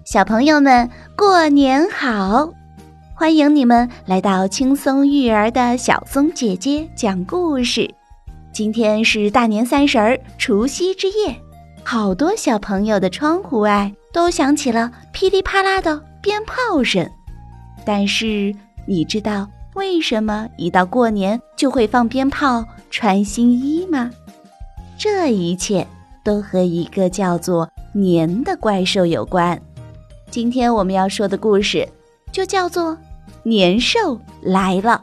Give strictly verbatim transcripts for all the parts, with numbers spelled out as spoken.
小朋友们，过年好！欢迎你们来到轻松育儿的小松姐姐讲故事。今天是大年三十儿，除夕之夜，好多小朋友的窗户外都响起了噼里啪啦的鞭炮声。但是你知道为什么一到过年就会放鞭炮、穿新衣吗？这一切都和一个叫做年的怪兽有关。今天我们要说的故事就叫做年兽来了。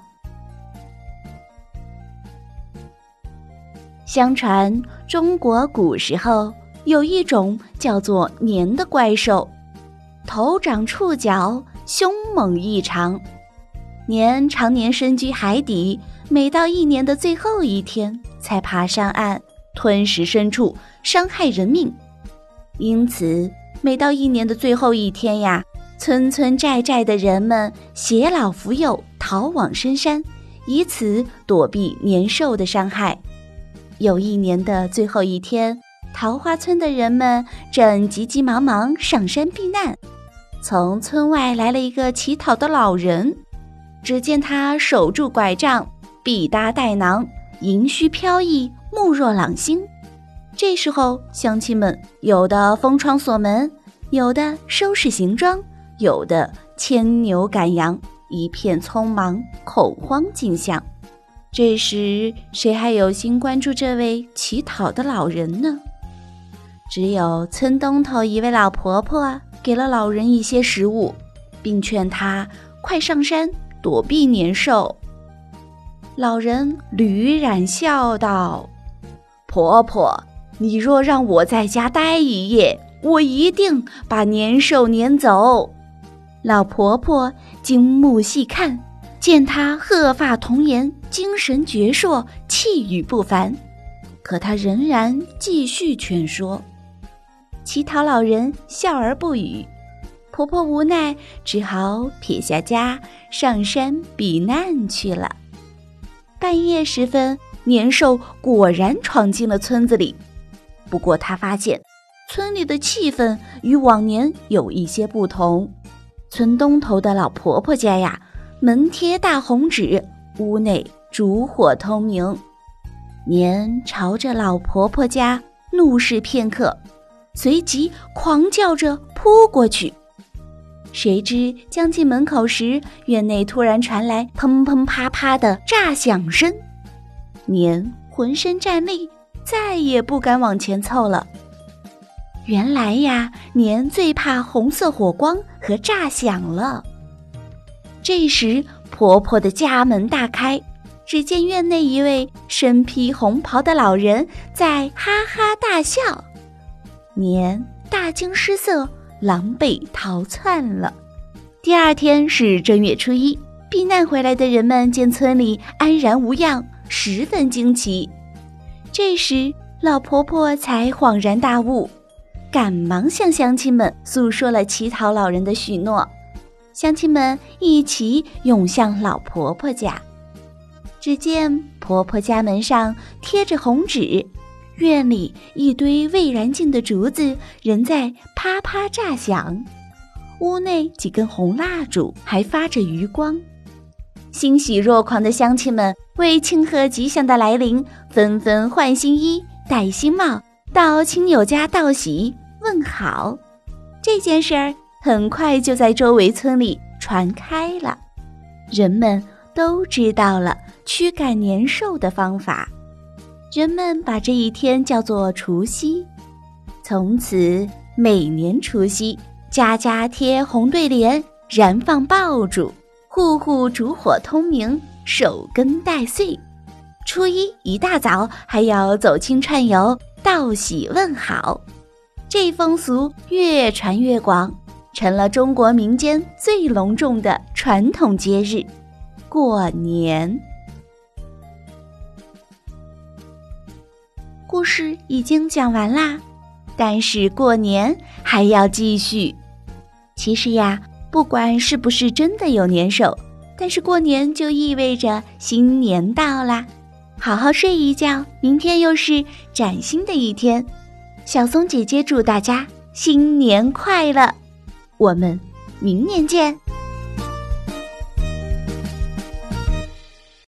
相传中国古时候有一种叫做年的怪兽，头长触角，凶猛异常。年常年深居海底，每到一年的最后一天才爬上岸，吞食牲畜，伤害人命。因此每到一年的最后一天呀，村村寨寨的人们携老扶幼逃往深山，以此躲避年兽的伤害。有一年的最后一天，桃花村的人们正急急忙忙上山避难，从村外来了一个乞讨的老人。只见他手拄拐杖，臂搭带囊，银须飘逸，目若朗星。这时候乡亲们有的封窗锁门，有的收拾行装，有的牵牛赶羊，一片匆忙恐慌景象。这时谁还有心关注这位乞讨的老人呢？只有村东头一位老婆婆给了老人一些食物，并劝他快上山躲避年兽。老人吕然笑道：婆婆，你若让我在家待一夜，我一定把年兽撵走。老婆婆惊目细看，见她鹤发童颜，精神矍铄，气宇不凡，可她仍然继续劝说。乞讨老人笑而不语，婆婆无奈，只好撇下家上山避难去了。半夜时分，年兽果然闯进了村子里。不过他发现村里的气氛与往年有一些不同。村东头的老婆婆家呀，门贴大红纸，屋内烛火通明。年朝着老婆婆家怒视片刻，随即狂叫着扑过去。谁知将近门口时，院内突然传来砰砰啪啪的炸响声。年浑身战栗，再也不敢往前凑了。原来呀，年最怕红色火光和炸响了。这时婆婆的家门大开，只见院内一位身披红袍的老人在哈哈大笑。年大惊失色，狼狈逃窜了。第二天是正月初一，避难回来的人们见村里安然无恙，十分惊奇。这时老婆婆才恍然大悟，赶忙向乡亲们诉说了乞讨老人的许诺。乡亲们一起涌向老婆婆家，只见婆婆家门上贴着红纸，院里一堆未燃尽的竹子仍在啪啪炸响，屋内几根红蜡烛还发着余光。欣喜若狂的乡亲们为庆贺吉祥的来临，纷纷换新衣，戴新帽，到亲友家道喜问好。这件事儿很快就在周围村里传开了，人们都知道了驱赶年兽的方法。人们把这一天叫做除夕，从此每年除夕，家家贴红对联，燃放爆竹，户户烛火通明，守根待岁。初一一大早还要走亲串友，道喜问好。这风俗越传越广，成了中国民间最隆重的传统节日——过年。故事已经讲完啦，但是过年还要继续。其实呀，不管是不是真的有年兽，但是过年就意味着新年到啦。好好睡一觉，明天又是崭新的一天。小松姐姐祝大家新年快乐！ 我们明年见。